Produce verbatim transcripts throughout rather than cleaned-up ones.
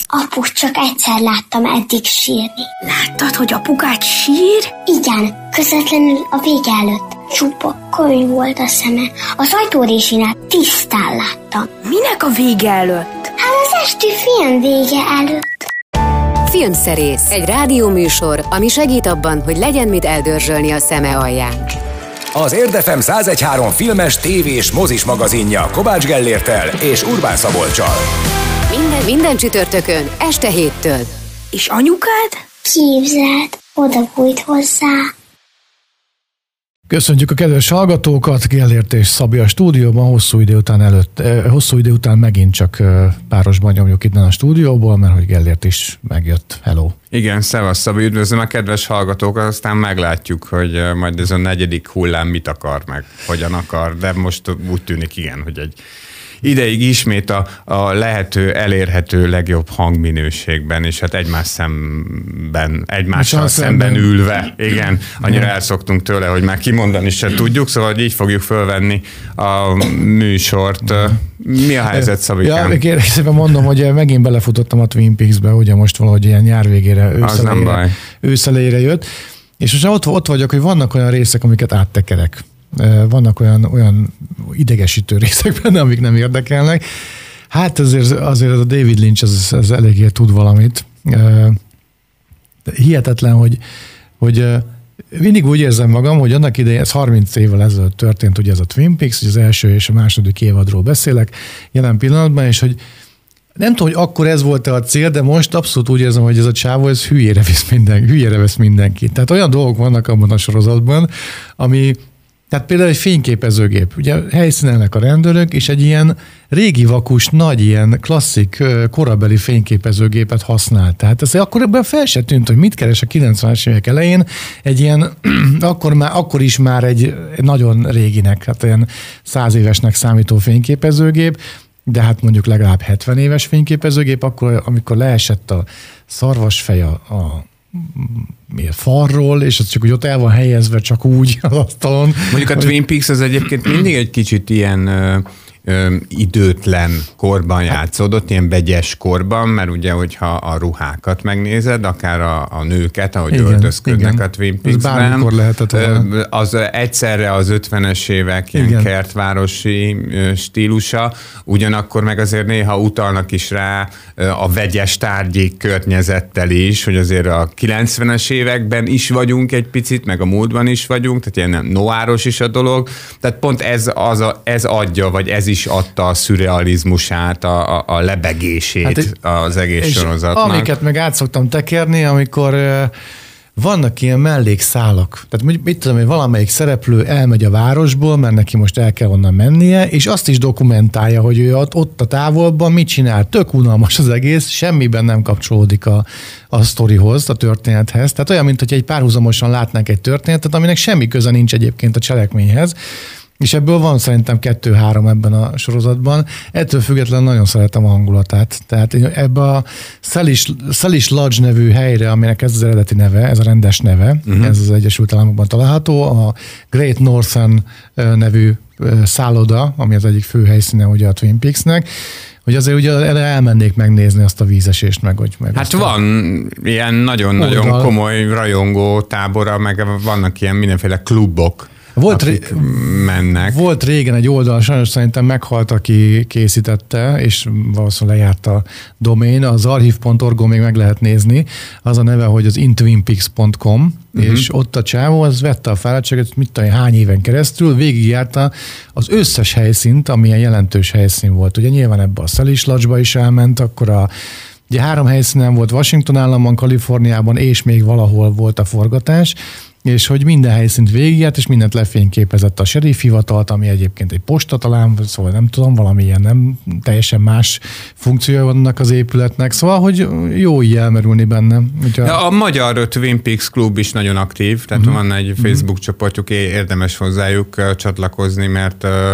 Aput csak egyszer láttam eddig sírni. Láttad, hogy apukát sír? Igen, közvetlenül a vége előtt. Csupa könyv volt a szeme. Az ajtórésinál tisztán láttam. Minek a vége előtt? Hát az esti film vége előtt. Filmszerész. Egy rádióműsor, ami segít abban, hogy legyen mit eldörzsölni a szeme alján. Az Érd ef em száz egy három filmes, tévés, mozis magazinja Kovács Gellérttel és Urbán Szabolccsal. Minden, minden csütörtökön, este héttől. És anyukád? Képzeld, oda bújt hozzá. Köszönjük a kedves hallgatókat, Gellért és Szabi a stúdióban, hosszú idő után előtt, eh, hosszú idő után megint csak eh, párosban nyomjuk innen a stúdióból, mert hogy Gellért is megjött. Hello! Igen, szevasz Szabi, üdvözlöm a kedves hallgatókat, aztán meglátjuk, hogy majd ez a negyedik hullám mit akar meg, hogyan akar, de most úgy tűnik igen, hogy egy ideig ismét a, a lehető, elérhető legjobb hangminőségben, és hát egymás szemben, egymással szemben, szemben ülve. Igen, annyira elszoktunk tőle, hogy már kimondani se tudjuk, szóval hogy így fogjuk fölvenni a műsort. Mi a helyzet, Szabikám? Ja, kérlek szépen mondom, hogy megint belefutottam a Twin Peaks-be, ugye most valahogy ilyen nyár végére, őszelejére, őszelejére jött, és most ott, ott vagyok, hogy vannak olyan részek, amiket áttekerek. Vannak olyan, olyan idegesítő részek benne, amik nem érdekelnek. Hát azért, azért a David Lynch az, az eléggé tud valamit. Hihetetlen, hogy, hogy mindig úgy érzem magam, hogy annak idején, ez harminc évvel ezelőtt történt, ugye ez a Twin Peaks, hogy az első és a második évadról beszélek jelen pillanatban, és hogy nem tudom, hogy akkor ez volt-e a cél, de most abszolút úgy érzem, hogy ez a csávó, ez hülyére visz minden, hülyére vesz mindenkit. Tehát olyan dolgok vannak abban a sorozatban, ami tehát például egy fényképezőgép, ugye helyszínelnek a rendőrök, és egy ilyen régi vakus, nagy ilyen klasszik, korabeli fényképezőgépet használ. Tehát ez akkor ebben fel se tűnt, hogy mit keres a kilencvenes évek elején egy ilyen, akkor, már, akkor is már egy nagyon réginek, hát ilyen száz évesnek számító fényképezőgép, de hát mondjuk legalább hetven éves fényképezőgép, akkor, amikor leesett a szarvasfej a, a falról, és az csak úgy ott el van helyezve, csak úgy az asztalon. Mondjuk a Twin Peaks az egyébként mindig egy kicsit ilyen ö, ö, időtlen korban játszódott, ilyen vegyes korban, mert ugye, hogyha a ruhákat megnézed, akár a, a nőket, ahogy igen, öltözködnek igen. a Twin Peaks-ben. Bármikor lehetett volna. Az egyszerre az ötvenes évek ilyen igen. kertvárosi stílusa, ugyanakkor meg azért néha utalnak is rá a vegyes tárgyi környezettel is, hogy azért a kilencvenes években is vagyunk egy picit, meg a múltban is vagyunk, tehát ilyen noáros is a dolog. Tehát pont ez, az a, ez adja, vagy ez is adta a szürrealizmusát, a, a, a lebegését hát, az egész sorozatnak. Amiket meg át szoktam tekerni, amikor uh, vannak ilyen mellékszálak. Tehát mit tudom, hogy valamelyik szereplő elmegy a városból, mert neki most el kell onnan mennie, és azt is dokumentálja, hogy ő ott, ott a távolban mit csinál. Tök unalmas az egész, semmiben nem kapcsolódik a, a sztorihoz, a történethez. Tehát olyan, mint hogy egy párhuzamosan látnánk egy történetet, aminek semmi köze nincs egyébként a cselekményhez. És ebből van szerintem kettő-három ebben a sorozatban. Ettől függetlenül nagyon szeretem a hangulatát. Tehát ebbe a Salish Lodge nevű helyre, aminek ez az eredeti neve, ez a rendes neve, uh-huh. ez az Egyesült Államokban található, a Great Northern nevű szálloda, ami az egyik fő helyszíne ugye a Twin Peaksnek, hogy azért ugye elmennék megnézni azt a vízesést, meg hogy... Meg hát van a... ilyen nagyon-nagyon oldal. Komoly rajongó tábora, meg vannak ilyen mindenféle klubok, Volt, ré... mennek. Volt régen egy oldal, sajnos szerintem meghalt, aki készítette, és valószínűleg lejárt a domain, az archive pont org-on még meg lehet nézni. Az a neve, hogy az intwinpeaks pont com, uh-huh. és ott a csávó az vette a fáradtságot, mit tudom, hány éven keresztül, végigjárta az összes helyszínt, amilyen jelentős helyszín volt. Ugye nyilván ebbe a Salish Lodge-ba is elment, akkor a ugye három helyszínen volt Washington államban, Kaliforniában, és még valahol volt a forgatás, és hogy minden helyszínt végigjárt, és mindent lefényképezett a sheriff hivatalt, ami egyébként egy posta talán, szóval nem tudom, valamilyen nem teljesen más funkciója vannak az épületnek, szóval, hogy jó így elmerülni benne. Ugye... A magyar Twin Peaks klub is nagyon aktív, tehát uh-huh. van egy Facebook uh-huh. csoportjuk, érdemes hozzájuk csatlakozni, mert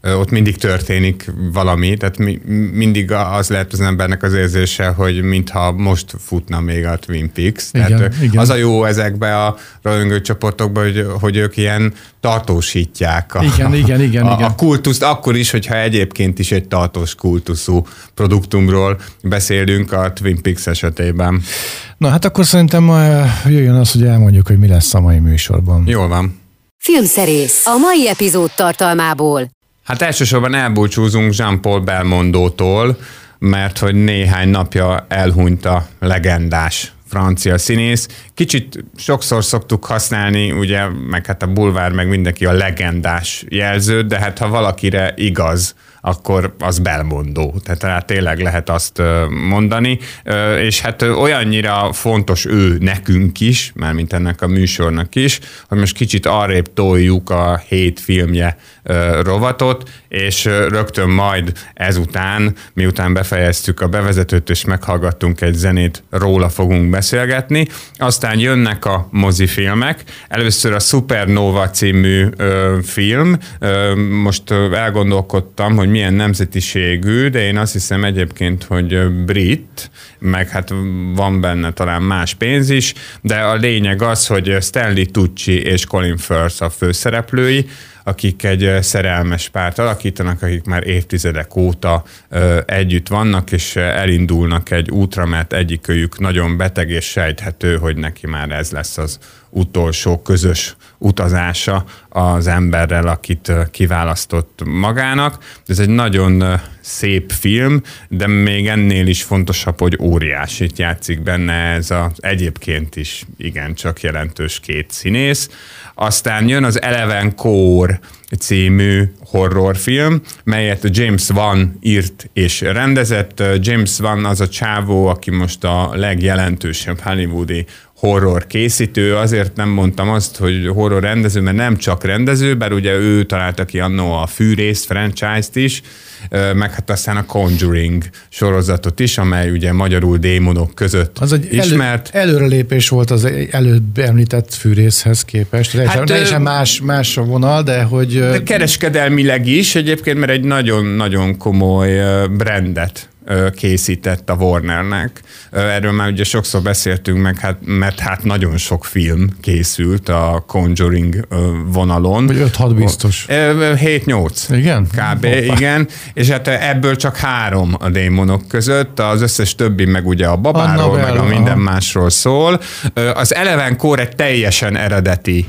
ott mindig történik valami, tehát mi, mindig az lehet az embernek az érzése, hogy mintha most futna még a Twin Peaks. Igen, tehát igen. Az a jó ezekbe a rajongócsoportokban, hogy, hogy ők ilyen tartósítják a, igen, igen, igen, a, igen. a kultuszt, akkor is, hogyha egyébként is egy tartós kultuszú produktumról beszélünk a Twin Peaks esetében. Na hát akkor szerintem jöjjön az, hogy elmondjuk, hogy mi lesz a mai műsorban. Jól van. Filmszerész a mai epizód tartalmából. Hát elsősorban elbúcsúzunk Jean-Paul Belmondótól, mert hogy néhány napja elhunyt a legendás francia színész. Kicsit sokszor szoktuk használni, ugye, meg hát a bulvár, meg mindenki a legendás jelzőt, de hát ha valakire igaz, akkor az Belmondó. Tehát hát tényleg lehet azt mondani, és hát olyannyira fontos ő nekünk is, mármint ennek a műsornak is, hogy most kicsit arrébb toljuk a hét filmje rovatot, és rögtön majd ezután, miután befejeztük a bevezetőt és meghallgattunk egy zenét, róla fogunk beszélgetni. Aztán jönnek a mozifilmek. Először a Supernova című ö, film. Ö, most elgondolkodtam, hogy milyen nemzetiségű, de én azt hiszem egyébként, hogy brit, meg hát van benne talán más pénz is, de a lényeg az, hogy Stanley Tucci és Colin Firth a főszereplői, akik egy szerelmes párt alakítanak, akik már évtizedek óta ö, együtt vannak, és elindulnak egy útra, mert egyikőjük nagyon beteg, és sejthető, hogy neki már ez lesz az utolsó közös utazása az emberrel, akit kiválasztott magának. Ez egy nagyon szép film, de még ennél is fontosabb, hogy óriásit játszik benne ez az egyébként is igencsak jelentős két színész. Aztán jön az Eleven Core című horrorfilm, melyet James Wan írt és rendezett. James Wan az a csávó, aki most a legjelentősebb hollywoodi horror készítő. Azért nem mondtam azt, hogy horror rendező, mert nem csak rendező, bár ugye ő találta ki annó a Fűrész franchise-t is, meg hát aztán a Conjuring sorozatot is, amely ugye magyarul démonok között az egy ismert. Elő, előrelépés volt az előbb említett Fűrészhez képest. Hát, teljesen más, más a vonal, de hogy... De kereskedelmileg is egyébként, mert egy nagyon-nagyon komoly brandet készített a Warnernek. Erről már ugye sokszor beszéltünk meg, hát, mert hát nagyon sok film készült a Conjuring vonalon. Vagy öt-hat biztos. hét-nyolc. Igen? Kb. Hoppa. Igen. És hát ebből csak három a démonok között, az összes többi meg ugye a babáról, Annabelle, meg a minden másról szól. Az Eleven Core egy teljesen eredeti,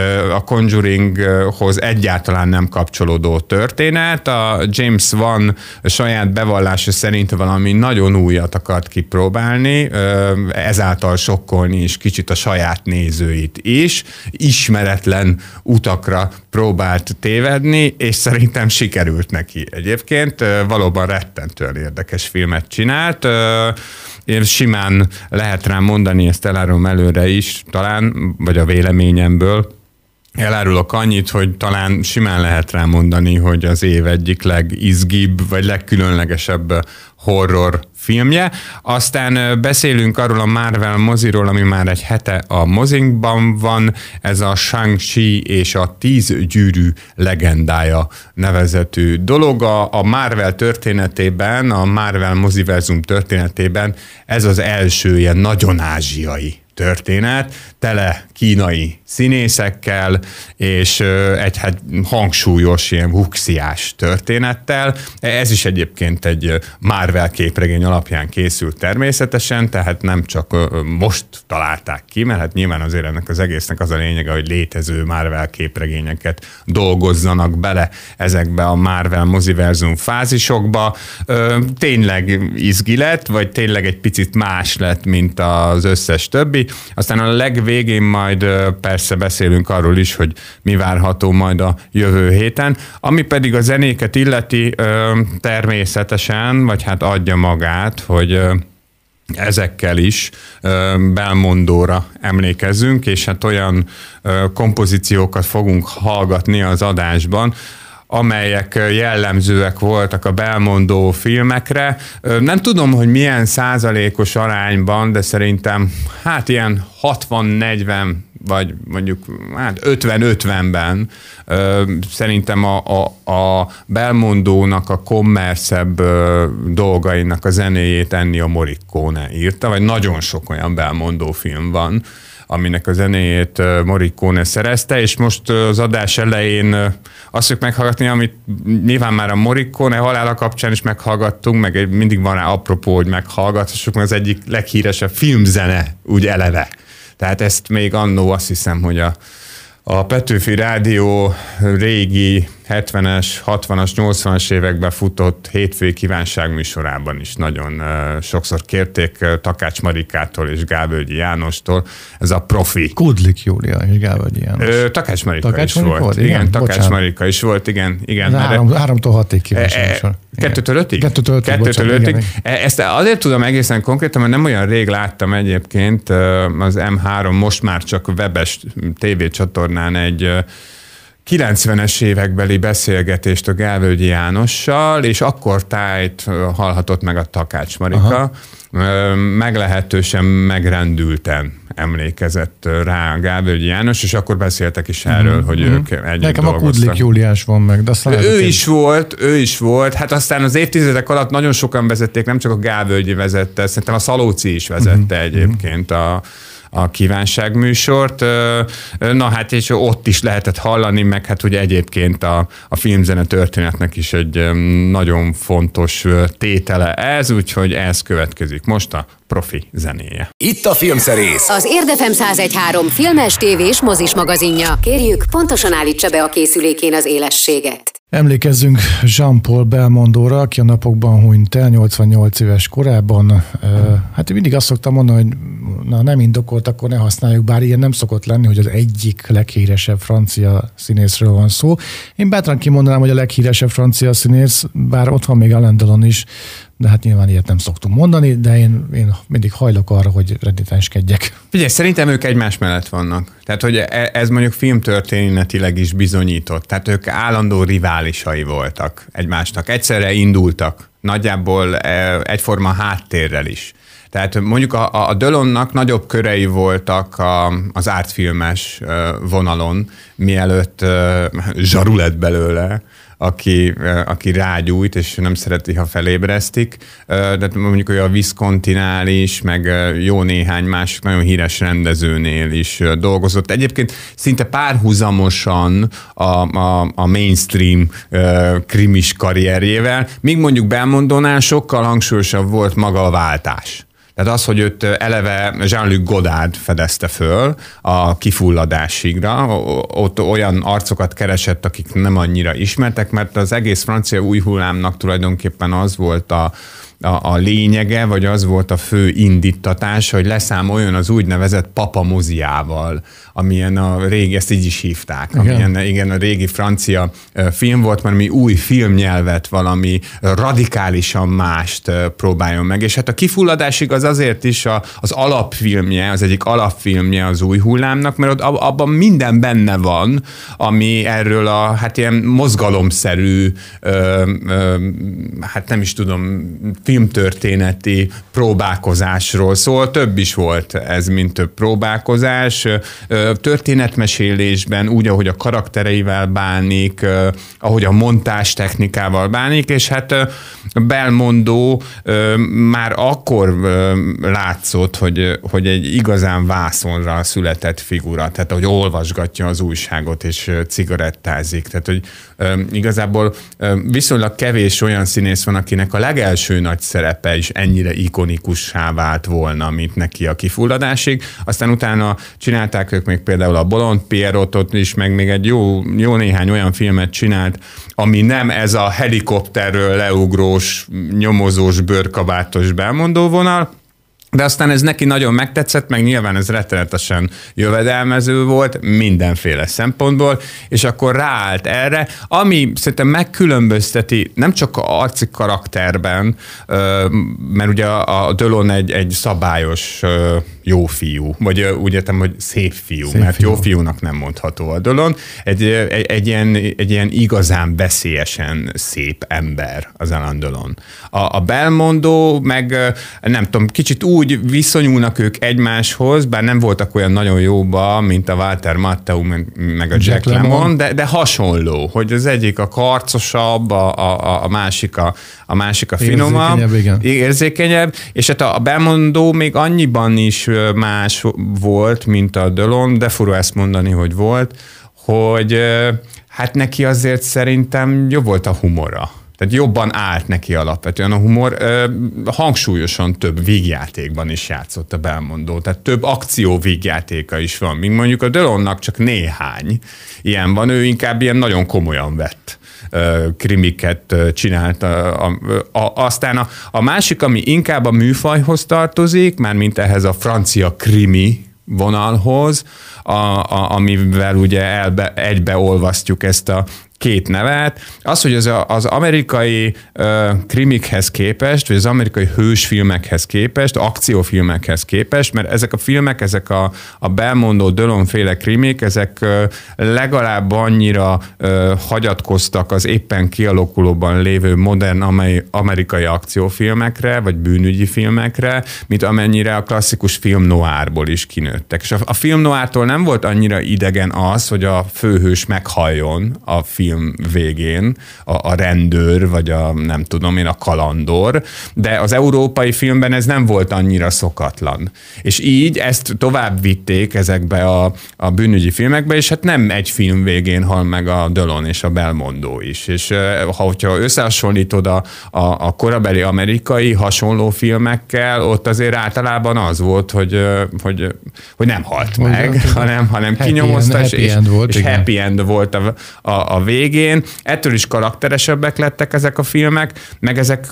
a Conjuringhoz egyáltalán nem kapcsolódó történet. A James Wan saját bevallása szerint valami nagyon újat akart kipróbálni, ezáltal sokkolni is kicsit a saját nézőit is, ismeretlen utakra próbált tévedni, és szerintem sikerült neki egyébként. Valóban rettentően érdekes filmet csinált. Én simán lehet rám mondani, ezt elárulom előre is talán, vagy a véleményemből, elárulok annyit, hogy talán simán lehet rá mondani, hogy az év egyik legizgibb, vagy legkülönlegesebb horror filmje. Aztán beszélünk arról a Marvel moziról, ami már egy hete a mozinkban van, ez a Shang-Chi és a Tíz gyűrű legendája nevezetű dolog. A Marvel történetében, a Marvel moziverzum történetében ez az első ilyen nagyon ázsiai történet, tele kínai színészekkel, és egy hát hangsúlyos, ilyen huxiás történettel. Ez is egyébként egy Marvel képregény alapján készült természetesen, tehát nem csak most találták ki, mert hát nyilván azért ennek az egésznek az a lényege, hogy létező Marvel képregényeket dolgozzanak bele ezekbe a Marvel moziverzum fázisokba. Tényleg izgi lett, vagy tényleg egy picit más lett, mint az összes többi. Aztán a legvégén majd persze beszélünk arról is, hogy mi várható majd a jövő héten. Ami pedig a zenéket illeti, természetesen, vagy hát adja magát, hogy ezekkel is Belmondóra emlékezzünk, és hát olyan kompozíciókat fogunk hallgatni az adásban, amelyek jellemzőek voltak a Belmondó filmekre. Nem tudom, hogy milyen százalékos arányban, de szerintem hát ilyen hatvan-negyven vagy mondjuk hát ötven-ötvenben szerintem a, a, a Belmondónak a kommerszebb dolgainak a zenéjét Ennio Morricone írta, vagy nagyon sok olyan Belmondó film van, aminek a zenéjét Morricone szerezte, és most az adás elején azt fogjuk meghallgatni, amit nyilván már a Morricone halála kapcsán is meghallgattunk, meg mindig van rá apropó, hogy meghallgathassuk, mert az egyik leghíresebb filmzene úgy eleve. Tehát ezt még annó azt hiszem, hogy a A Petőfi Rádió régi hetvenes, hatvanas, nyolcvanas években futott hétfői kívánság műsorában is nagyon uh, sokszor kérték uh, Takács Marikától és Gálvölgyi Jánostól. Ez a profi. Kudlik Júlia és Gálvölgyi János. Ö, Takács Marika Takács is Marika volt. volt. Igen, Igen, Takács bocsánat. Marika is volt, igen. igen Három, háromtól hatig kívánság e, műsor. Kettőtől ötig? Kettőtől ötig, Kettőtől bocsánat, ötig. igen. Ezt azért tudom egészen konkrétan, mert nem olyan rég láttam egyébként az em három, most már csak webes tévécsatornán egy kilencvenes évekbeli beszélgetést a Gálvölgyi Jánossal, és akkor tájt hallhatott meg a Takács Marika. Aha. Meglehetősen megrendülten emlékezett rá Gálvölgyi János, és akkor beszéltek is erről, mm-hmm. hogy ők együtt Nekem dolgoztak. a Kudlik Júliás van meg, de aztán Ő is volt, ő is volt. Hát aztán az évtizedek alatt nagyon sokan vezették, nem csak a Gálvölgyi vezette, szerintem a Szalóci is vezette mm-hmm. egyébként a a kívánságműsort. Na hát és ott is lehetett hallani, meg hát ugye egyébként a, a filmzene történetnek is egy nagyon fontos tétele ez, úgyhogy ez következik most a profi zenéje. Itt a Filmszerész. Az Érd ef em száz egy három filmes, tévés, mozis magazinja. Kérjük, pontosan állítsa be a készülékén az élességet. Emlékezzünk Jean-Paul Belmondóra, aki a napokban hunyt el, nyolcvannyolc éves korában. Hát mindig azt szoktam mondani, hogy na, nem indokolt, akkor ne használjuk, bár ilyen nem szokott lenni, hogy az egyik leghíresebb francia színészről van szó. Én bátran kimondanám, hogy a leghíresebb francia színész, bár ott van még Alain Delon is, de hát nyilván ilyet nem szoktunk mondani, de én, én mindig hajlok arra, hogy rendítenskedjek. Figyelj, szerintem ők egymás mellett vannak. Tehát, hogy ez mondjuk filmtörténetileg is bizonyított. Tehát ők állandó riválisai voltak egymásnak. Egyszerre indultak, nagyjából egyforma háttérrel is. Tehát mondjuk a, a Delonnak nagyobb körei voltak a, az ártfilmes vonalon, mielőtt zsaru lett belőle, aki, aki rágyújt, és nem szereti, ha felébresztik. De mondjuk olyan a Viscontinál is, meg jó néhány másik nagyon híres rendezőnél is dolgozott. Egyébként szinte párhuzamosan a, a, a mainstream krimis karrierjével, míg mondjuk Belmondónál sokkal hangsúlyosabb volt maga a váltás. Tehát az, hogy őt eleve Jean-Luc Godard fedezte föl a Kifulladásigra, ott olyan arcokat keresett, akik nem annyira ismertek, mert az egész francia új hullámnak tulajdonképpen az volt a, a, a lényege, vagy az volt a fő indítatás, hogy leszámoljon az úgynevezett Papa moziával, amilyen a régi, ezt így is hívták, igen. amilyen igen, a régi francia film volt, mert mi új filmnyelvet, valami radikálisan mást próbáljon meg. És hát a Kifulladásig az azért is a, az alapfilmje, az egyik alapfilmje az új hullámnak, mert ott abban minden benne van, ami erről a hát ilyen mozgalomszerű, ö, ö, hát nem is tudom, filmtörténeti próbálkozásról szól. Több is volt ez, mint több próbálkozás. Történetmesélésben úgy, ahogy a karaktereivel bánik, ahogy a montás technikával bánik, és hát Belmondo már akkor látszott, hogy, hogy egy igazán vászonra született figura, tehát hogy olvasgatja az újságot és cigarettázik. Tehát, hogy igazából viszonylag kevés olyan színész van, akinek a legelső nagy szerepe is ennyire ikonikussá vált volna, mint neki a Kifulladásig. Aztán utána csinálták ők még például a Bolond Pierrotot is, meg még egy jó, jó néhány olyan filmet csinált, ami nem ez a helikopterről leugrós, nyomozós, bőrkabátos Belmondó vonal, de aztán ez neki nagyon megtetszett, meg nyilván ez rettenetesen jövedelmező volt mindenféle szempontból, és akkor ráállt erre, ami szerintem megkülönbözteti nem csak a arci karakterben, mert ugye a Delon egy, egy szabályos jó fiú, vagy úgy értem, hogy szép fiú, szép mert fiú. jó fiúnak nem mondható a Delon. Egy, egy, egy, ilyen, egy ilyen igazán veszélyesen szép ember az Alain Delon. A, a Belmondo meg nem tudom, kicsit úgy viszonyulnak ők egymáshoz, bár nem voltak olyan nagyon jóba, mint a Walter Matthau meg, meg a Jack, Jack Lemmon, de, de hasonló, hogy az egyik a karcosabb, a, a, a másik a, a másik a finomabb, érzékenyebb, érzékenyebb, és hát a Belmondo még annyiban is más volt, mint a Delon, de furó ezt mondani, hogy volt, hogy hát neki azért szerintem jobb volt a humora. Tehát jobban állt neki alapvetően a humor. Hangsúlyosan több vígjátékban is játszott a Belmondo, tehát több akció vígjátéka is van, míg mondjuk a Delonnak csak néhány ilyen van, ő inkább ilyen nagyon komolyan vett krimiket csinált. A, a, a, aztán a, a másik, ami inkább a műfajhoz tartozik, mármint ehhez a francia krimi vonalhoz, a, a, amivel ugye elbe, egybeolvasztjuk ezt a két nevet. Az, hogy az, az amerikai uh, krimikhez képest, vagy az amerikai hősfilmekhez képest, akciófilmekhez képest, mert ezek a filmek, ezek a, a Belmondo, Delon féle krimik, ezek uh, legalább annyira uh, hagyatkoztak az éppen kialakulóban lévő modern amerikai akciófilmekre, vagy bűnügyi filmekre, mint amennyire a klasszikus film noirból is kinőttek. És a, a film noirtól nem volt annyira idegen az, hogy a főhős meghalljon a film végén, a, a rendőr, vagy a nem tudom én, a kalandor, de az európai filmben ez nem volt annyira szokatlan. És így ezt tovább vitték ezekbe a, a bűnügyi filmekbe, és hát nem egy film végén hal meg a Delon és a Belmondo is. És ha hogyha összehasonlítod a, a, a korabeli amerikai hasonló filmekkel, ott azért általában az volt, hogy, hogy, hogy nem halt hogy meg, a, hanem, hanem happy kinyomozta, end, és, happy end volt, és happy end volt a, a, a végén. Ettől is karakteresebbek lettek ezek a filmek, meg ezek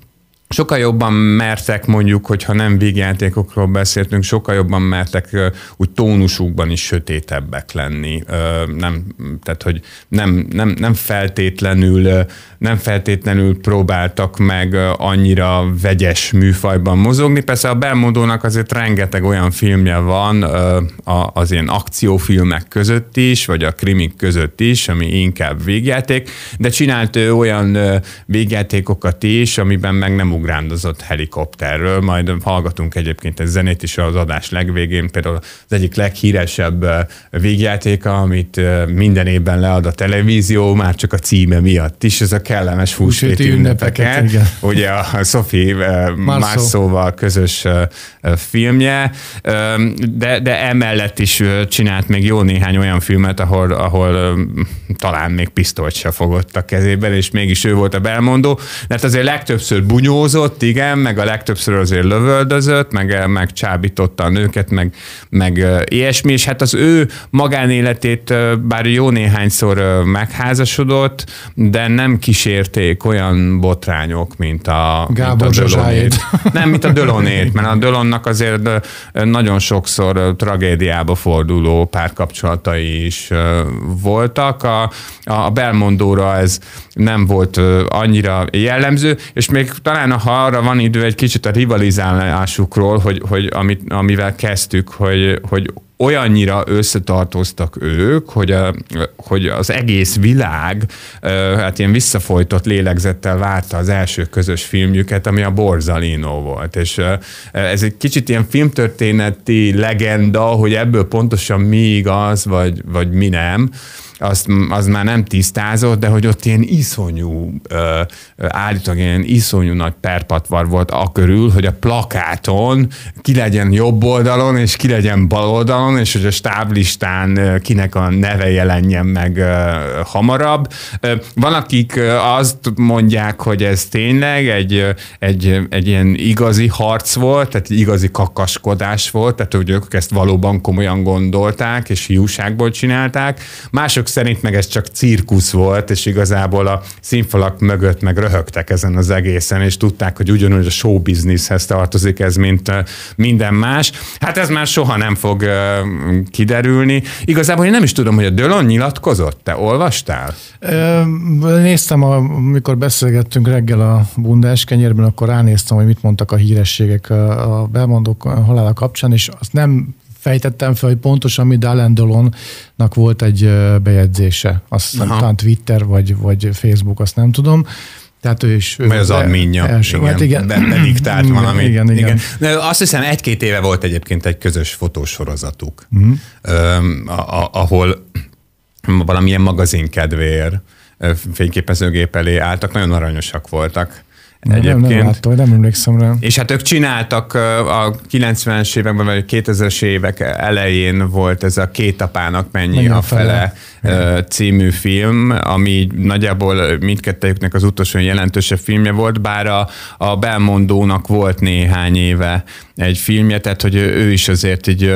sokkal jobban mertek, mondjuk, hogyha nem vígjátékokról beszéltünk, sokkal jobban mertek úgy tónusukban is sötétebbek lenni. Nem, tehát, hogy nem, nem, nem feltétlenül nem feltétlenül próbáltak meg annyira vegyes műfajban mozogni. Persze a Belmondónak azért rengeteg olyan filmje van az ilyen akciófilmek között is, vagy a krimik között is, ami inkább végjáték, de csinált ő olyan végjátékokat is, amiben meg nem ugrándozott helikopterről, majd hallgatunk egyébként egy zenét is az adás legvégén, például az egyik leghíresebb végjátéka, amit minden évben lead a televízió, már csak a címe miatt is, ez a kellemes húsvéti ünnepeket, ünnepeket ugye a Sophie Marceauval közös filmje, de, de emellett is csinált még jó néhány olyan filmet, ahol, ahol talán még pisztolyt se fogott a kezében, és mégis ő volt a Belmondo, mert azért legtöbbször bunyózott, igen, meg a legtöbbször azért lövöldözött, meg, meg csábította a nőket, meg, meg ilyesmi, és hát az ő magánéletét bár jó néhányszor megházasodott, de nem kísérték olyan botrányok, mint a, Gábor mint a Delonét. Nem, mint a Delonét, mert a Delonnak azért nagyon sokszor tragédiába forduló párkapcsolatai is voltak. A, a Belmondóra ez nem volt annyira jellemző, és még talán ha arra van idő egy kicsit a rivalizálásukról, hogy, hogy amit, amivel kezdtük, hogy, hogy olyannyira összetartoztak ők, hogy, a, hogy az egész világ hát ilyen visszafolytott lélegzettel várta az első közös filmjüket, ami a Borzalino volt. És ez egy kicsit ilyen filmtörténeti legenda, hogy ebből pontosan mi igaz, vagy, vagy mi nem, azt, az már nem tisztázott, de hogy ott ilyen iszonyú, állítólag ilyen iszonyú nagy perpatvar volt a körül, hogy a plakáton ki legyen jobb oldalon, és ki legyen bal oldalon, és hogy a stáblistán kinek a neve jelenjen meg hamarabb. Van, akik azt mondják, hogy ez tényleg egy, egy, egy ilyen igazi harc volt, tehát igazi kakaskodás volt, tehát hogy ők ezt valóban komolyan gondolták, és hiúságból csinálták. Mások szerint meg ez csak cirkusz volt, és igazából a színfalak mögött meg röhögtek ezen az egészen, és tudták, hogy ugyanúgy a show businesshez tartozik ez, mint minden más. Hát ez már soha nem fog kiderülni. Igazából én nem is tudom, hogy a Dölon nyilatkozott. Te olvastál? Néztem, amikor beszélgettünk reggel a bundás kenyérben, akkor ránéztem, hogy mit mondtak a hírességek a Belmondók halála kapcsán, és azt nem fejtettem fel, hogy pontosan mi, de Alain Delonnak volt egy bejegyzése. Azt hiszem, talán Twitter vagy, vagy Facebook, azt nem tudom. Tehát ő is... Vagy az adminja. Első, igen, hát igen. Be, bediktált igen, valamit. Igen, igen. igen. De azt hiszem, egy-két éve volt egyébként egy közös fotósorozatuk, uh-huh. ahol valamilyen magazin kedvéért fényképezőgép elé álltak, nagyon aranyosak voltak. Egyébként. Nem, nem láttam, nem emlékszem rá. És hát ők csináltak a kilencvenes években, vagy kétezres évek elején volt ez a Két apának mennyi, mennyi a fele, fele című film, ami nagyjából mindkettőjüknek az utolsó jelentősebb filmje volt, bár a, a Belmondónak volt néhány éve egy filmje, tehát hogy ő is azért így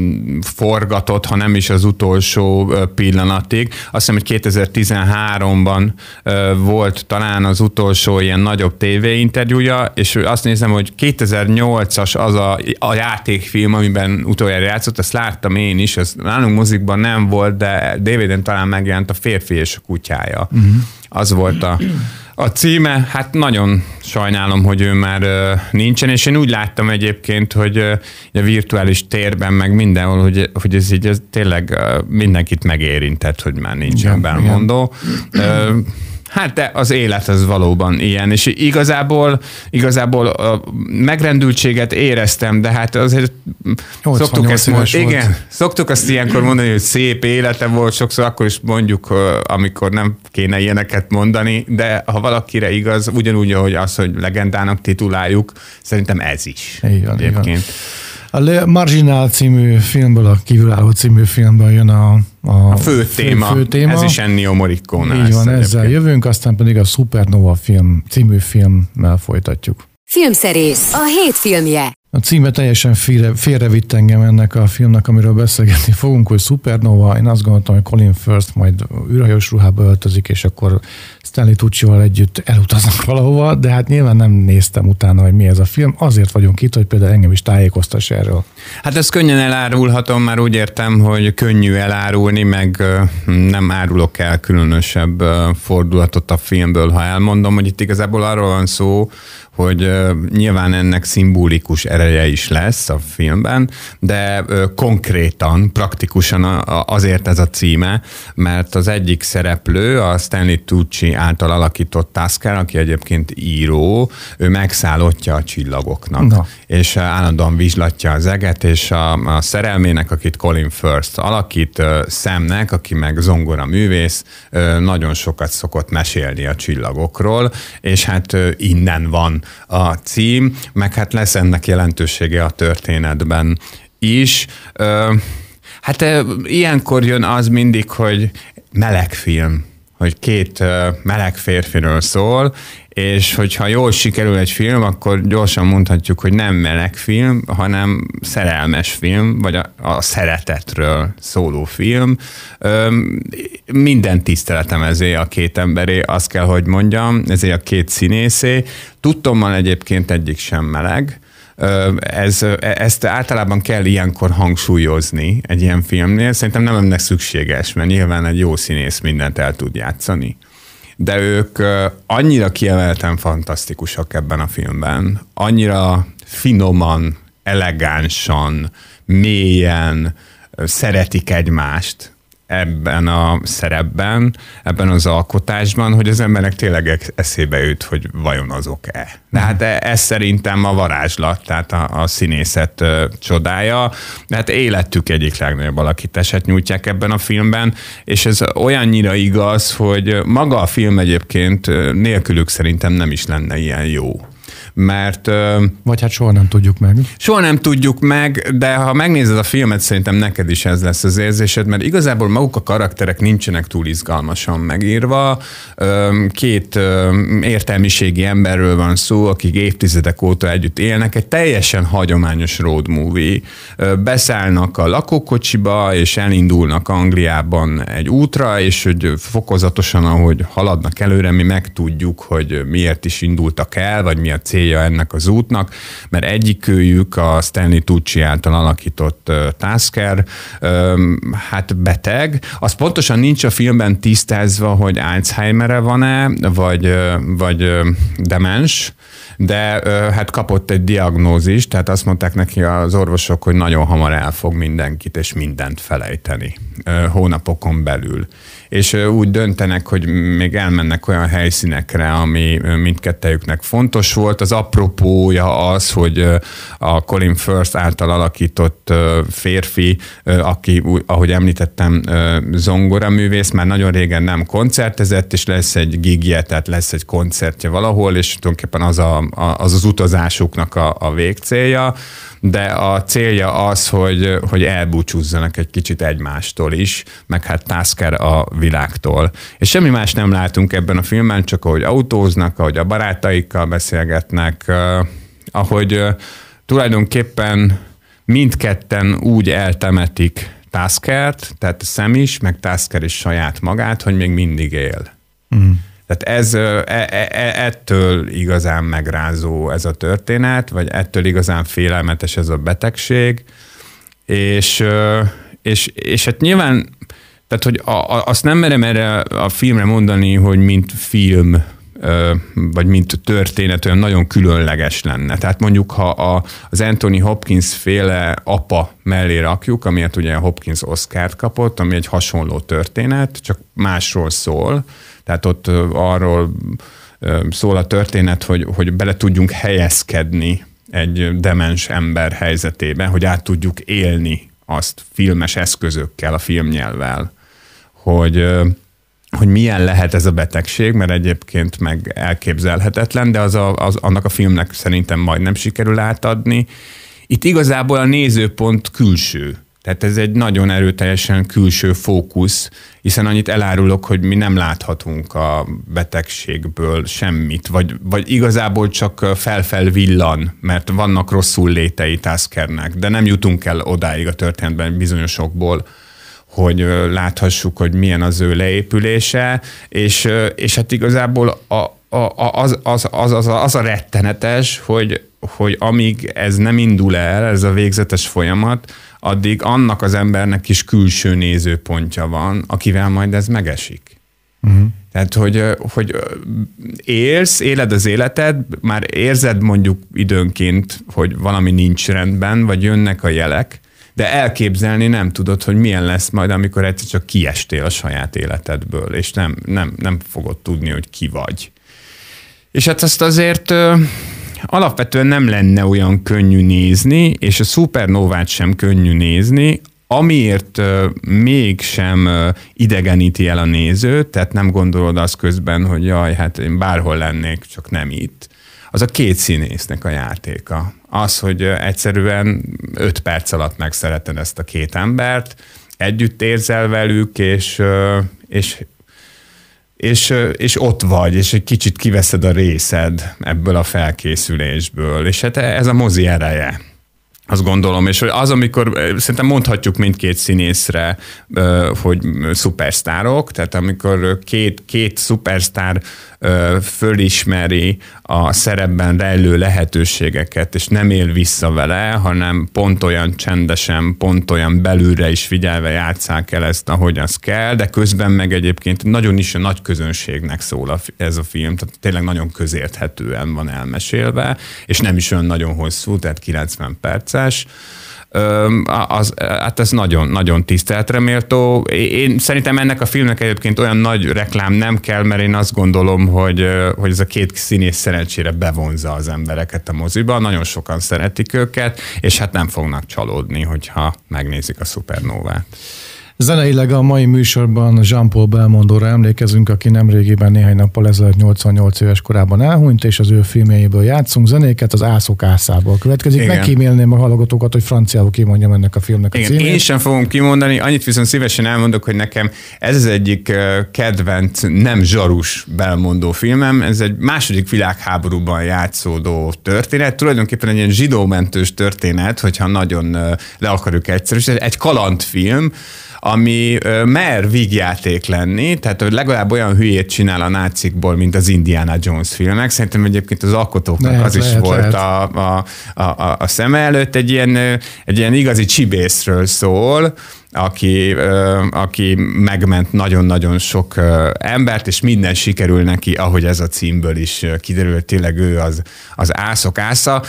forgatott, ha nem is az utolsó pillanatig. Azt hiszem, hogy kétezer-tizenháromban volt talán az utolsó ilyen nagyobb tévéinterjúja, és azt nézem, hogy kétezer-nyolcas az a, a játékfilm, amiben utoljára játszott, ezt láttam én is, ez nálunk mozikban nem volt, de dé vé dén talán megjelent, A férfi és a kutyája. Uh-huh. Az volt a, a címe. Hát nagyon sajnálom, hogy ő már uh, nincsen, és én úgy láttam egyébként, hogy uh, a virtuális térben, meg mindenhol, hogy, hogy ez így ez tényleg uh, mindenkit megérintett, hogy már nincsen Belmondó. Uh, Hát de az élet az valóban ilyen, és igazából, igazából a megrendültséget éreztem, de hát azért szoktuk ezt, mond, igen, szoktuk azt ilyenkor mondani, hogy szép élete volt, sokszor akkor is mondjuk, amikor nem kéne ilyeneket mondani, de ha valakire igaz, ugyanúgy, ahogy az, hogy legendának tituláljuk, szerintem ez is. Igen, egyébként. A Le Marginal című filmből, a Kívülálló című filmből jön a, a, a fő, fő, téma. fő téma. Ez is Ennio Morricone. Így van, ezzel egyébként jövünk, aztán pedig a Supernova film című filmmel folytatjuk. Filmszerész, a hét filmje. A címe teljesen félre, félrevitt engem ennek a filmnek, amiről beszélgetni fogunk, hogy Supernova. Én azt gondoltam, hogy Colin Firth majd űrhajós ruhába öltözik, és akkor Stanley Tuccival együtt elutaznak valahova, de hát nyilván nem néztem utána, hogy mi ez a film. Azért vagyunk itt, hogy például engem is tájékoztass erről. Hát ezt könnyen elárulhatom, már úgy értem, hogy könnyű elárulni, meg nem árulok el különösebb fordulatot a filmből, ha elmondom, hogy itt igazából arról van szó, hogy uh, nyilván ennek szimbolikus ereje is lesz a filmben, de uh, konkrétan, praktikusan a, a, azért ez a címe, mert az egyik szereplő, a Stanley Tucci által alakított Tasker, aki egyébként író, ő megszállottja a csillagoknak, no. és uh, állandóan vizslatja az eget, és a, a szerelmének, akit Colin Firth alakít, uh, Samnek, aki meg zongora művész, uh, nagyon sokat szokott mesélni a csillagokról, és hát uh, innen van a cím, meg hát lesz ennek jelentősége a történetben is. Hát ilyenkor jön az mindig, hogy meleg film, hogy két meleg férfiről szól, és hogyha jól sikerül egy film, akkor gyorsan mondhatjuk, hogy nem meleg film, hanem szerelmes film, vagy a, a szeretetről szóló film. Üm, minden tiszteletem ezé a két emberé, azt kell, hogy mondjam, ezé a két színészé. Tudtommal egyébként egyik sem meleg. Ez, ezt általában kell ilyenkor hangsúlyozni egy ilyen filmnél. Szerintem nem ennek szükséges, mert nyilván egy jó színész mindent el tud játszani. De ők annyira kiemelten fantasztikusak ebben a filmben, annyira finoman, elegánsan, mélyen szeretik egymást ebben a szerepben, ebben az alkotásban, hogy az embernek tényleg eszébe jut, hogy vajon azok-e. De hát ez szerintem a varázslat, tehát a, a színészet csodája, de hát életük egyik legnagyobb alakítását nyújtják ebben a filmben, és ez olyannyira igaz, hogy maga a film egyébként nélkülük szerintem nem is lenne ilyen jó. mert... Vagy hát soha nem tudjuk meg. Soha nem tudjuk meg, de ha megnézed a filmet, szerintem neked is ez lesz az érzésed, mert igazából maguk a karakterek nincsenek túl izgalmasan megírva. Két értelmiségi emberről van szó, akik évtizedek óta együtt élnek, egy teljesen hagyományos road movie. Beszállnak a lakókocsiba, és elindulnak Angliában egy útra, és hogy fokozatosan, ahogy haladnak előre, mi megtudjuk, hogy miért is indultak el, vagy mi a célja ennek az útnak, mert egyikőjük a Stanley Tucci által alakított Tasker, hát beteg. Az pontosan nincs a filmben tisztázva, hogy Alzheimer-e van-e, vagy, vagy demens, de hát kapott egy diagnózist, tehát azt mondták neki az orvosok, hogy nagyon hamar el fog mindenkit és mindent felejteni hónapokon belül. És úgy döntenek, hogy még elmennek olyan helyszínekre, ami mindkettejüknek fontos volt. Az apropója az, hogy a Colin Firth által alakított férfi, aki, ahogy említettem, zongoraművész, már nagyon régen nem koncertezett, és lesz egy gigje, tehát lesz egy koncertje valahol, és tulajdonképpen az a, az, az utazásuknak a, a végcélja, de a célja az, hogy, hogy elbúcsúzzanak egy kicsit egymástól is, meg hát Tasker a világtól. És semmi más nem látunk ebben a filmben, csak ahogy autóznak, ahogy a barátaikkal beszélgetnek, uh, ahogy uh, tulajdonképpen mindketten úgy eltemetik Taskert, tehát Sam is, meg Tasker is saját magát, hogy még mindig él. Mm. Tehát ez, e, e, ettől igazán megrázó ez a történet, vagy ettől igazán félelmetes ez a betegség, és, és, és hát nyilván, tehát hogy a, a, azt nem merem erre a filmre mondani, hogy mint film, vagy mint történet olyan nagyon különleges lenne. Tehát mondjuk, ha a, az Anthony Hopkins féle Apa mellé rakjuk, amiért ugye Hopkins Oscart kapott, ami egy hasonló történet, csak másról szól. Tehát ott arról szól a történet, hogy, hogy bele tudjunk helyezkedni egy demens ember helyzetébe, hogy át tudjuk élni azt filmes eszközökkel, a filmnyelvvel, hogy, hogy milyen lehet ez a betegség, mert egyébként meg elképzelhetetlen, de az a, az, annak a filmnek szerintem majdnem sikerül átadni. Itt igazából a nézőpont külső. Tehát ez egy nagyon erőteljesen külső fókusz, hiszen annyit elárulok, hogy mi nem láthatunk a betegségből semmit, vagy, vagy igazából csak felfel villan, mert vannak rosszul létei Taskernek, de nem jutunk el odáig a történetben bizonyosokból, hogy láthassuk, hogy milyen az ő leépülése, és, és hát igazából a, a, az, az, az, az, az a rettenetes, hogy, hogy amíg ez nem indul el, ez a végzetes folyamat, addig annak az embernek is külső nézőpontja van, akivel majd ez megesik. Uh-huh. Tehát, hogy, hogy élsz, éled az életed, már érzed mondjuk időnként, hogy valami nincs rendben, vagy jönnek a jelek, de elképzelni nem tudod, hogy milyen lesz majd, amikor egyszer csak kiestél a saját életedből, és nem, nem, nem fogod tudni, hogy ki vagy. És hát azt azért alapvetően nem lenne olyan könnyű nézni, és a Supernovát sem könnyű nézni, amiért mégsem idegeníti el a nézőt, tehát nem gondolod azt közben, hogy jaj, hát én bárhol lennék, csak nem itt. Az a két színésznek a játéka. Az, hogy egyszerűen öt perc alatt megszereted ezt a két embert, együtt érzel velük, és, és, és, és ott vagy, és egy kicsit kiveszed a részed ebből a felkészülésből. És hát ez a mozi ereje. Azt gondolom, és az, amikor szerintem mondhatjuk mindkét színészre, hogy szupersztárok, tehát amikor két, két szupersztár fölismeri a szerepben rejlő lehetőségeket, és nem él vissza vele, hanem pont olyan csendesen, pont olyan belülre is figyelve játsszák el ezt, ahogy az kell, de közben meg egyébként nagyon is a nagy közönségnek szól ez a film, tehát tényleg nagyon közérthetően van elmesélve, és nem is olyan nagyon hosszú, tehát kilencven perces. Az, hát ez nagyon, nagyon tiszteletre méltó. Én szerintem ennek a filmnek egyébként olyan nagy reklám nem kell, mert én azt gondolom, hogy, hogy ez a két színész szerencsére bevonza az embereket a moziba, nagyon sokan szeretik őket, és hát nem fognak csalódni, hogyha megnézik a Supernovát. Zeneileg a mai műsorban Jean-Paul Belmondóra emlékezünk, aki nemrégiben néhány nappal ezelőtt nyolcvannyolc éves korában elhunyt, és az ő filmjeiből játszunk zenéket, az Ászok ászából következik. Megkímélném a hallgatókat, hogy franciául kimondjam ennek a filmnek a címét. Én sem fogom kimondani, annyit viszont szívesen elmondok, hogy nekem ez az egyik kedvenc, nem zsarus Belmondó filmem, ez egy második világháborúban játszódó történet, tulajdonképpen egy ilyen zsidómentős történet, hogyha nagyon le akarjuk egyszerűsíteni, egy kalandfilm, ami mer vígjáték lenni, tehát hogy legalább olyan hülyét csinál a nácikból, mint az Indiana Jones filmek. Szerintem egyébként az alkotóknak lehet, az is lehet, volt lehet. A, a, a, a szeme előtt. Egy ilyen, egy ilyen igazi csibészről szól, aki, aki megment nagyon-nagyon sok embert, és minden sikerül neki, ahogy ez a címből is kiderül, tényleg ő az, az Ászok ásza.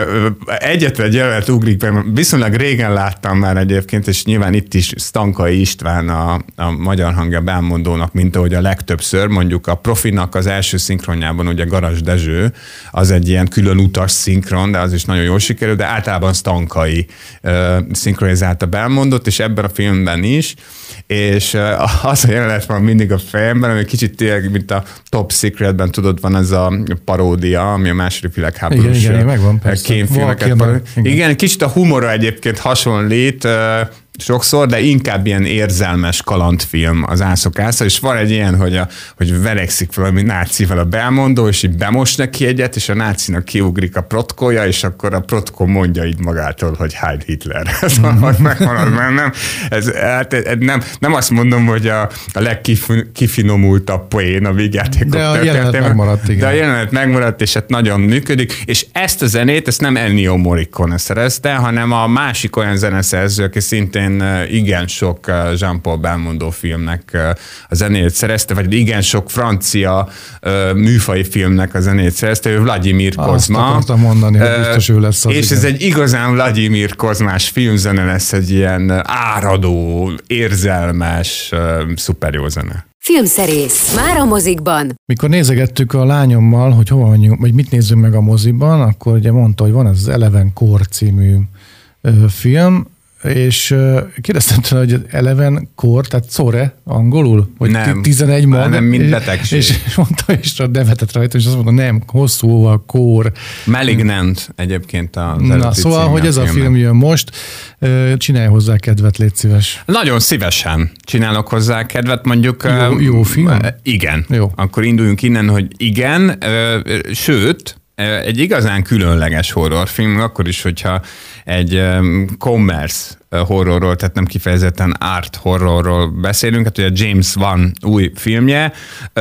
Egyetlen jelenet ugrik be, viszonylag régen láttam már egyébként, és nyilván itt is Stankai István a, a magyar hangja Belmondónak, mint ahogy a legtöbbször, mondjuk a Profinak az első szinkronjában, ugye Garas Dezső, az egy ilyen külön utas szinkron, de az is nagyon jól sikerül, de általában Stankai szinkronizálta Belmondót, és ebben a filmben is, és az a jelenet van mindig a fejemben, ami kicsit tényleg, mint a Top Secretben, tudod, van ez a paródia, ami a második világháborús kémfilmeket. Igen, igen, kicsit a humora egyébként hasonlít, sokszor, de inkább ilyen érzelmes kalandfilm az Ászok ásza, és van egy ilyen, hogy, a, hogy verekszik valami nácival a Belmondó, és így bemos neki egyet, és a nácinak kiugrik a protkója, és akkor a protkó mondja így magától, hogy Heil Hitler. Ez megmarad bennem. Ez, hát, nem, nem azt mondom, hogy a, a legkifinomultabb poén a vígjátékok de a jelenet megmaradt, igen. De a jelenet megmaradt, és hát nagyon működik, és ezt a zenét, ezt nem Ennio Morricone szerezte, hanem a másik olyan zeneszerző, aki szintén igen sok Jean-Paul Belmondó filmnek a zenét szerezte, vagy igen sok francia műfai filmnek a zenét szerezte, ő Vladimir Kozma. Azt akartam mondani, hogy biztos ő lesz az. És igen. Ez egy igazán Vladimir Kozmás filmzene lesz, egy ilyen áradó, érzelmes, szuper jó zene. Filmszerész. Már a mozikban. Mikor nézegettük a lányommal, hogy hova menjünk, vagy mit nézzünk meg a moziban, akkor ugye mondta, hogy van ez az Eleven Core című film, és kérdeztem tőle, hogy Eleven Core, tehát szóre angolul? Vagy nem, tizenegy mag? Nem, mint betegség. És, és mondta, és nevetett rajta, és azt mondta, nem, hosszú a core. Malignant egyébként az Na, szóval, hogy ez a film jön most, csinálj hozzá kedvet, légy szíves. Nagyon szívesen csinálok hozzá kedvet, mondjuk. Jó, jó film? Igen. Jó. Akkor induljunk innen, hogy igen, sőt, egy igazán különleges horrorfilm, akkor is, hogyha egy commerce horrorról, tehát nem kifejezetten art horrorról beszélünk, hát ugye James Wan új filmje.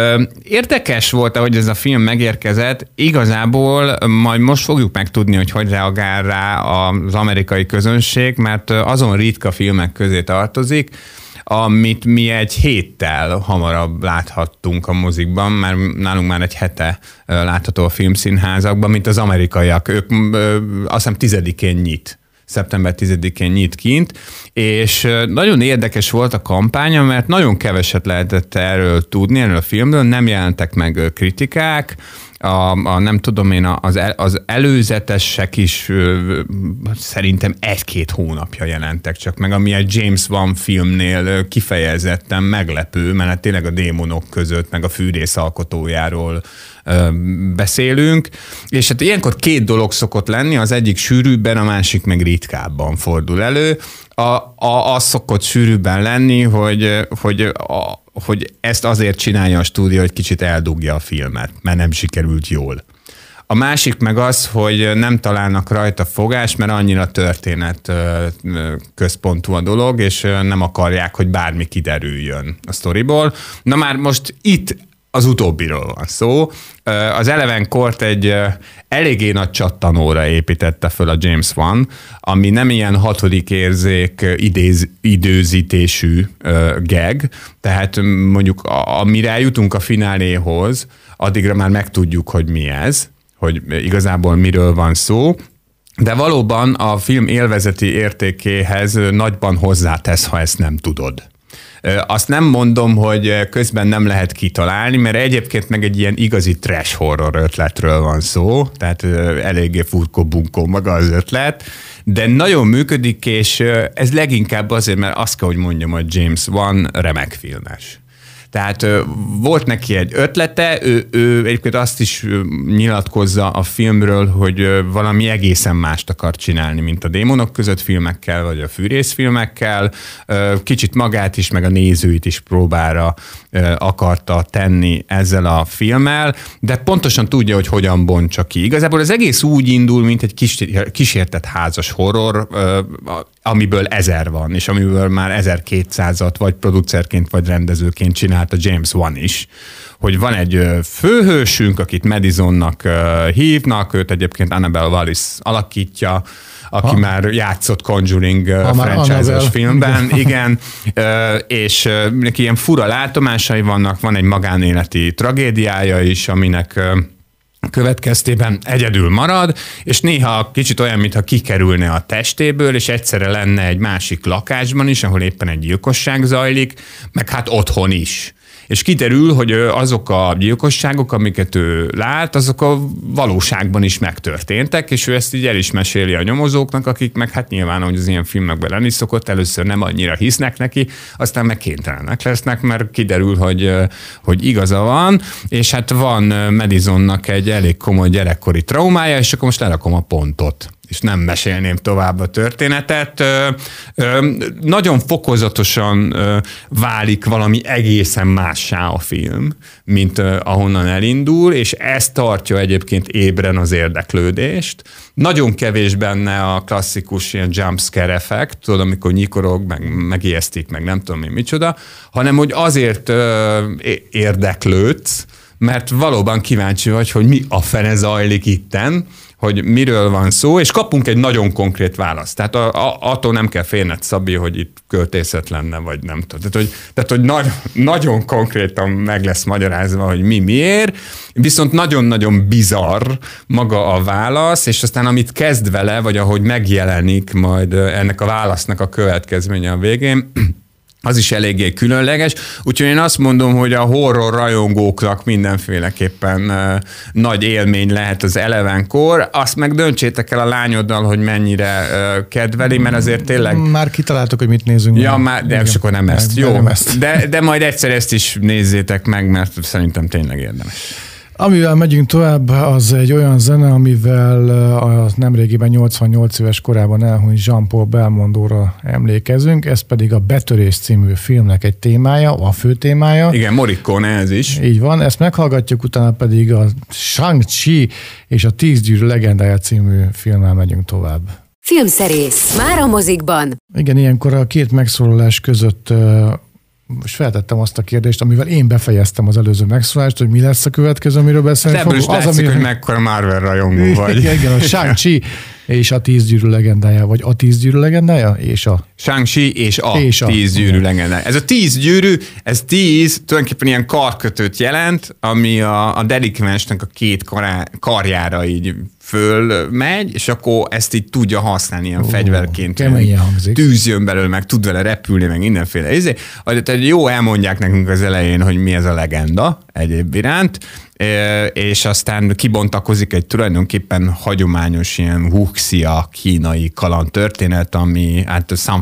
Érdekes volt, ahogy ez a film megérkezett, igazából majd most fogjuk megtudni, hogy hogy reagál rá az amerikai közönség, mert azon ritka filmek közé tartozik, amit mi egy héttel hamarabb láthattunk a mozikban, mert nálunk már egy hete látható a filmszínházakban, mint az amerikaiak. Ők azt hiszem tizedikén nyit. szeptember tizedikén nyit kint, és nagyon érdekes volt a kampánya, mert nagyon keveset lehetett erről tudni, erről a filmről, nem jelentek meg kritikák, a, a nem tudom én, az, el, az előzetesek is ö, szerintem egy-két hónapja jelentek csak meg, ami egy James Wan filmnél kifejezetten meglepő, mert hát tényleg a démonok között, meg a fűrész alkotójáról ö, beszélünk, és hát ilyenkor két dolog szokott lenni, az egyik sűrűbben, a másik meg ritkábban fordul elő. A, a, az szokott sűrűbben lenni, hogy, hogy a, hogy ezt azért csinálja a stúdió, hogy kicsit eldugja a filmet, mert nem sikerült jól. A másik meg az, hogy nem találnak rajta fogást, mert annyira történet központú a dolog, és nem akarják, hogy bármi kiderüljön a sztoriból. Na már most itt az utóbbiról van szó. Az Eleven Core-t egy eléggé nagy csattanóra építette föl a James Wan, ami nem ilyen hatodik érzék idéz, időzítésű gag, tehát mondjuk amire eljutunk a fináléhoz, addigra már megtudjuk, hogy mi ez, hogy igazából miről van szó, de valóban a film élvezeti értékéhez nagyban hozzátesz, ha ezt nem tudod. Azt nem mondom, hogy közben nem lehet kitalálni, mert egyébként meg egy ilyen igazi trash horror ötletről van szó, tehát eléggé furkó-bunkó maga az ötlet, de nagyon működik, és ez leginkább azért, mert azt kell, hogy mondjam, hogy James Wan remek filmes. Tehát volt neki egy ötlete, ő, ő egyébként azt is nyilatkozza a filmről, hogy valami egészen mást akar csinálni, mint a Démonok között filmekkel, vagy a fűrészfilmekkel. Kicsit magát is, meg a nézőit is próbára akarta tenni ezzel a filmmel, de pontosan tudja, hogy hogyan bontsa ki. Igazából az egész úgy indul, mint egy kis, kísértett házas horror, amiből ezer van, és amiből már ezerkétszázat vagy producerként, vagy rendezőként csinált a James Wan is, hogy van egy főhősünk, akit Madisonnak hívnak, őt egyébként Annabelle Wallis alakítja, aki ha. már játszott Conjuring ha franchise-es filmben, igen, és neki ilyen fura látomásai vannak, van egy magánéleti tragédiája is, aminek következtében egyedül marad, és néha kicsit olyan, mintha kikerülne a testéből, és egyszerre lenne egy másik lakásban is, ahol éppen egy gyilkosság zajlik, meg hát otthon is. És kiderül, hogy azok a gyilkosságok, amiket ő lát, azok a valóságban is megtörténtek, és ő ezt így el is meséli a nyomozóknak, akik meg hát nyilván, hogy az ilyen filmekben lenni szokott, először nem annyira hisznek neki, aztán meg kénytelenek lesznek, mert kiderül, hogy, hogy igaza van, és hát van Madisonnak egy elég komoly gyerekkori traumája, és akkor most lerakom a pontot, és nem mesélném tovább a történetet. Ö, ö, nagyon fokozatosan ö, válik valami egészen mássá a film, mint ö, ahonnan elindul, és ez tartja egyébként ébren az érdeklődést. Nagyon kevés benne a klasszikus ilyen jumpscare effekt, tudod, amikor nyikorog, meg megijesztik, meg nem tudom én micsoda, hanem hogy azért ö, érdeklődsz, mert valóban kíváncsi vagy, hogy mi a fene zajlik itten, hogy miről van szó, és kapunk egy nagyon konkrét választ. Tehát a, a, attól nem kell félned, Szabi, hogy itt költészet lenne, vagy nem tudom. Tehát, hogy, tehát, hogy nagy, nagyon konkrétan meg lesz magyarázva, hogy mi miért, viszont nagyon-nagyon bizarr maga a válasz, és aztán amit kezd vele, vagy ahogy megjelenik majd ennek a válasznak a következménye a végén, az is eléggé különleges, úgyhogy én azt mondom, hogy a horror rajongóknak mindenféleképpen uh, nagy élmény lehet az Elevenkor, azt meg döntsétek el a lányoddal, hogy mennyire uh, kedveli, mert azért tényleg... Már kitaláltok, hogy mit nézünk. Ja, már, de és akkor nem ezt. Jó, nem ezt. De, de majd egyszer ezt is nézzétek meg, mert szerintem tényleg érdemes. Amivel megyünk tovább, az egy olyan zene, amivel a nemrégiben nyolcvannyolc éves korában elhunyt Jean-Paul Belmondóra emlékezünk, ez pedig a Betörés című filmnek egy témája, a fő témája. Igen, Morricone ez is. Így van, ezt meghallgatjuk, utána pedig a Shang-Chi és a Tíz gyűrű legendája című filmmel megyünk tovább. Filmszerész, már a mozikban. Igen, ilyenkor a két megszólalás között most feltettem azt a kérdést, amivel én befejeztem az előző megszólást, hogy mi lesz a következő, amiről beszélni fogunk. Ebből is látszik, ami... hogy mekkora Marvel rajongó vagy. Igen, a Shang-Chi és a Tíz gyűrű legendája, vagy a Tíz gyűrű legendája, és a... Shang-Chi és a, és a Tíz gyűrű legendája. Ez a tíz gyűrű, ez tíz, tulajdonképpen ilyen karkötőt jelent, ami a, a delikvensnek a két kará, karjára így fölmegy, és akkor ezt így tudja használni ilyen oh, fegyverként. Tűz jön belőle, meg tud vele repülni, meg mindenféle. Tehát jó elmondják nekünk az elején, hogy mi ez a legenda egyéb iránt, és aztán kibontakozik egy tulajdonképpen hagyományos ilyen wuxia kínai kalandtörténet, ami hát San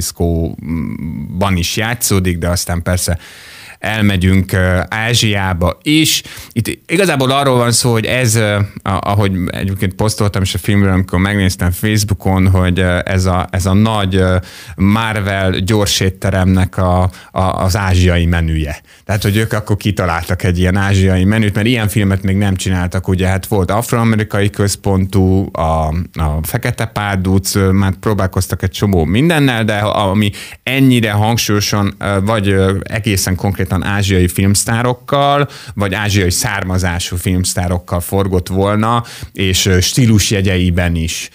Franciscóban is játszódik, de aztán persze elmegyünk Ázsiába is. Itt igazából arról van szó, hogy ez, ahogy egyébként posztoltam is a filmről, amikor megnéztem Facebookon, hogy ez a, ez a nagy Marvel gyorsétteremnek a, a, az ázsiai menüje. Tehát, hogy ők akkor kitaláltak egy ilyen ázsiai menüt, mert ilyen filmet még nem csináltak, ugye, hát volt afroamerikai központú, a, a Fekete Párduc, már próbálkoztak egy csomó mindennel, de ami ennyire hangsúlyosan, vagy egészen konkrétan ázsiai filmsztárokkal, vagy ázsiai származású filmsztárokkal forgott volna, és stílusjegyeiben is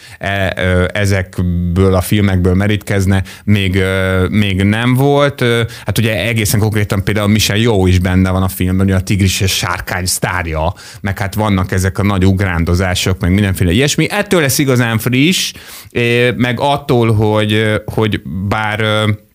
ezekből a filmekből merítkezne, még, még nem volt. Hát ugye egészen konkrétan például Michelle Yeoh is benne van a filmben, a tigris és sárkány sztárja, meg hát vannak ezek a nagy ugrándozások, meg mindenféle ilyesmi. Ettől lesz igazán friss, meg attól, hogy, hogy bár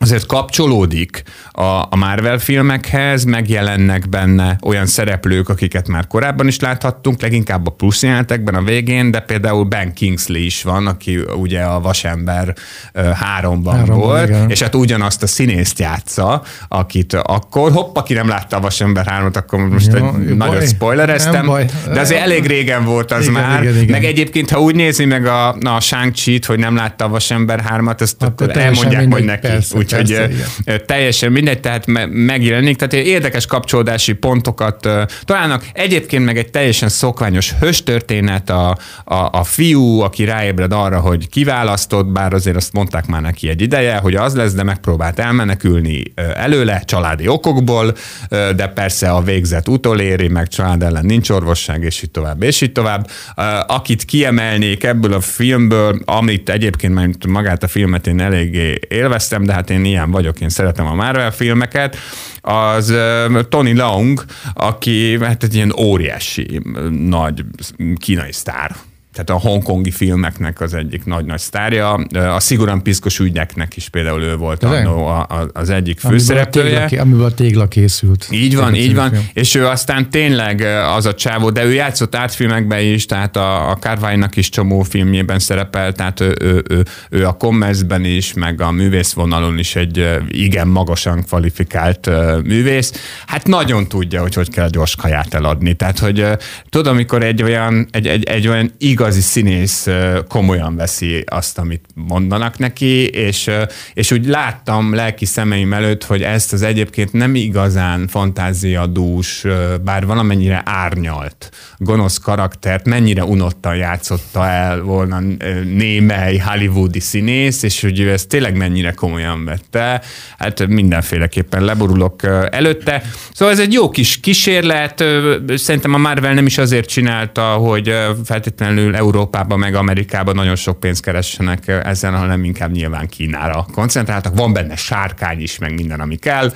azért kapcsolódik a, a Marvel filmekhez, megjelennek benne olyan szereplők, akiket már korábban is láthattunk, leginkább a plusz jelenetekben a végén, de például Ben Kingsley is van, aki ugye a Vasember háromban Három, volt, igen. És hát ugyanazt a színészt játsza, akit akkor, hopp, aki nem látta a Vasember hármat, akkor most jó, egy nagyon spoilereztem, de azért elég régen volt az igen, már, igen, igen. Meg egyébként, ha úgy nézi meg a, a Shang-Chi-t, hogy nem látta a Vasember hármat, azt akkor, akkor elmondják majd neki. Persze, Úgyhogy persze, teljesen mindegy, tehát megjelenik, tehát érdekes kapcsolódási pontokat találnak. Egyébként meg egy teljesen szokványos hőstörténet, a, a, a fiú, aki ráébred arra, hogy kiválasztott, bár azért azt mondták már neki egy ideje, hogy az lesz, de megpróbált elmenekülni előle, családi okokból, de persze a végzet utoléri, meg család ellen nincs orvosság, és így tovább, és így tovább. Akit kiemelnék ebből a filmből, amit egyébként már magát a filmet én eléggé élveztem, de hát én ilyen vagyok, én szeretem a Marvel filmeket, az uh, Tony Leung, aki hát egy ilyen óriási, nagy kínai sztár. Tehát a hongkongi filmeknek az egyik nagy-nagy sztárja. A Szigorúan piszkos ügyeknek is például ő volt annó az egyik főszereplője. Amiből, amiből a tégla készült. Így van, így van. Film. És ő aztán tényleg az a csávó, de ő játszott átfilmekben is, tehát a, a Carvine-nak is csomó filmjében szerepel, tehát ő, ő, ő, ő a Commerce-ben is, meg a művészvonalon is egy igen magasan kvalifikált művész. Hát nagyon tudja, hogy hogy kell a gyors kaját eladni. Tehát, hogy tudom, amikor egy olyan, egy, egy, egy olyan igaz igazi színész komolyan veszi azt, amit mondanak neki, és, és úgy láttam lelki szemeim előtt, hogy ezt az egyébként nem igazán fantáziadús, bár valamennyire árnyalt gonosz karaktert mennyire unottan játszotta el volna némely hollywoodi színész, és hogy ő ezt tényleg mennyire komolyan vette. Hát mindenféleképpen leborulok előtte. Szóval ez egy jó kis kísérlet, szerintem a Marvel nem is azért csinálta, hogy feltétlenül Európában meg Amerikában nagyon sok pénzt keressenek ezen, hanem inkább nyilván Kínára koncentráltak. Van benne sárkány is, meg minden, ami kell.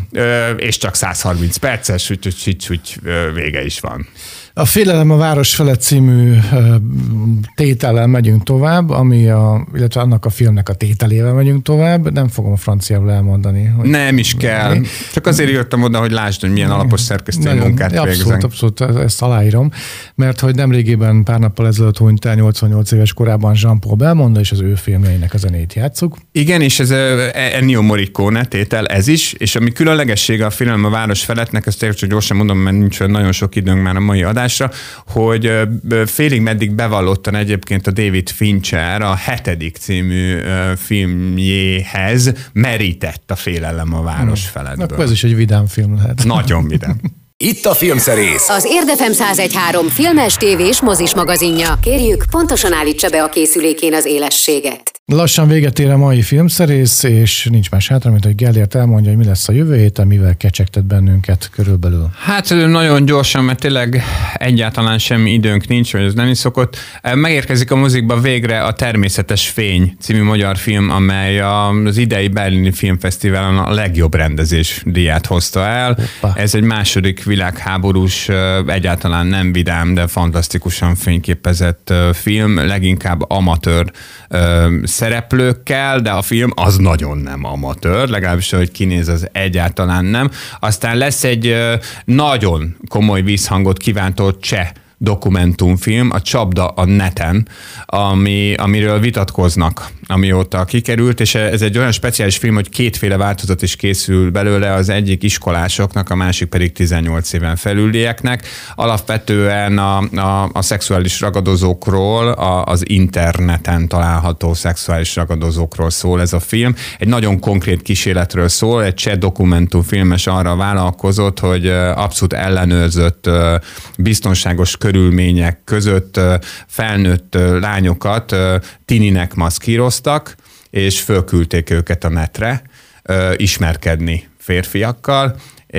Ö, és csak száz harminc perces, úgyhogy úgy, úgy, vége is van. A Félelem a város felett című tétellel megyünk tovább, ami a, illetve annak a filmnek a tételével megyünk tovább. Nem fogom a franciául elmondani. Hogy nem is kell. Én... Csak azért jöttem oda, hogy lásd, hogy milyen alapos szerkesztői munkát végzek. Abszolút, abszolút, ezt aláírom. Mert hogy nemrégében pár nappal ezelőtt hunyt el nyolcvannyolc éves korában Jean-Paul Belmondo, és az ő filmjeinek a zenét játsszuk. Igen, és ez Ennio Morricone tétel, ez is, és ami különlegessége a Félelem a város felettnek, ezt tényleg csak gyorsan mondom, mert nincs nagyon sok időnk már a mai adás, hogy félig meddig bevallottan egyébként a David Fincher a hetedik című filmjéhez merített a Félelem a város hmm. felettből. Akkor ez is egy vidám film lehet. Nagyon vidám. Itt a Filmszerész. Az Érdef em száz egy három filmes, tévés, mozis magazinja. Kérjük, pontosan állítsa be a készülékén az élességet. Lassan véget ér a mai Filmszerész, és nincs más hátra, mint hogy Gellért elmondja, hogy mi lesz a jövő héten, mivel kecsegtet bennünket körülbelül. Hát nagyon gyorsan, mert tényleg egyáltalán semmi időnk nincs, vagy ez nem is szokott. Megérkezik a mozikba végre a Természetes fény című magyar film, amely az idei Berlini Filmfesztiválon a legjobb rendezés díját hozta el. Hoppa. Ez egy második világháborús, egyáltalán nem vidám, de fantasztikusan fényképezett film, leginkább amatőr szereplőkkel, de a film az nagyon nem amatőr, legalábbis, hogy kinéz, az egyáltalán nem. Aztán lesz egy nagyon komoly vízhangot kívántott cseh dokumentumfilm, a Csapda a neten, ami, amiről vitatkoznak, amióta kikerült, és ez egy olyan speciális film, hogy kétféle változat is készül belőle, az egyik iskolásoknak, a másik pedig tizennyolc éven felülieknek. Alapvetően a, a, a szexuális ragadozókról, a, az interneten található szexuális ragadozókról szól ez a film. Egy nagyon konkrét kísérletről szól, egy cseh dokumentumfilmes arra vállalkozott, hogy abszolút ellenőrzött, biztonságos körülmények között felnőtt lányokat tininek maszkíroztak, és fölküldték őket a netre ismerkedni férfiakkal,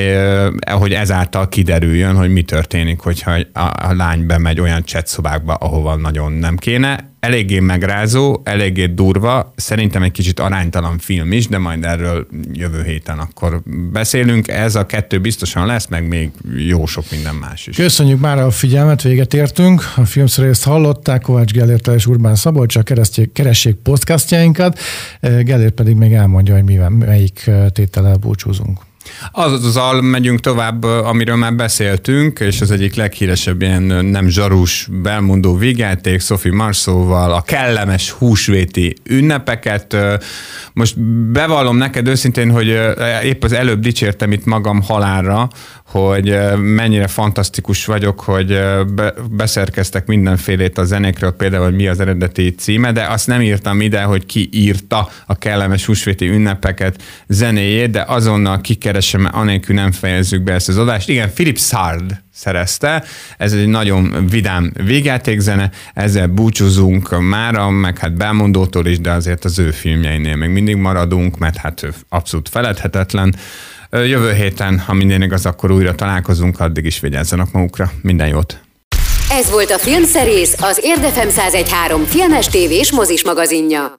hogy ezáltal kiderüljön, hogy mi történik, hogyha a lány bemegy olyan chatszobákba, ahova nagyon nem kéne. eléggé megrázó, eléggé durva, szerintem egy kicsit aránytalan film is, de majd erről jövő héten akkor beszélünk. Ez a kettő biztosan lesz, meg még jó sok minden más is. Köszönjük már a figyelmet, véget értünk. A filmszerészt hallották, Kovács Gellérttel és Urbán Szabolccsal, keressék podcastjainkat. Gellért pedig még elmondja, hogy mivel, melyik tétellel búcsúzunk. Azzal megyünk tovább, amiről már beszéltünk, és az egyik leghíresebb ilyen nem zsarús, belmondó vígjáték Sophie Marceauval, a kellemes húsvéti ünnepeket. Most bevallom neked őszintén, hogy épp az előbb dicsértem itt magam halálra, hogy mennyire fantasztikus vagyok, hogy beszerkeztek mindenfélét a zenékről, például, hogy mi az eredeti címe, de azt nem írtam ide, hogy ki írta a kellemes húsvéti ünnepeket zenéjét, de azonnal kikeresem, anélkül nem fejezzük be ezt az adást. Igen, Philip Sard szerezte, ez egy nagyon vidám végjátékzene, ezzel búcsúzunk mára, meg hát Belmondótól is, de azért az ő filmjeinél még mindig maradunk, mert hát abszolút feledhetetlen. Jövő héten, ha minden igaz, akkor újra találkozunk, addig is vigyázzanak magukra. Minden jót! Ez volt a Filmszerész, az Érdefem száz egy pont három filmes, tévés, mozis magazinja.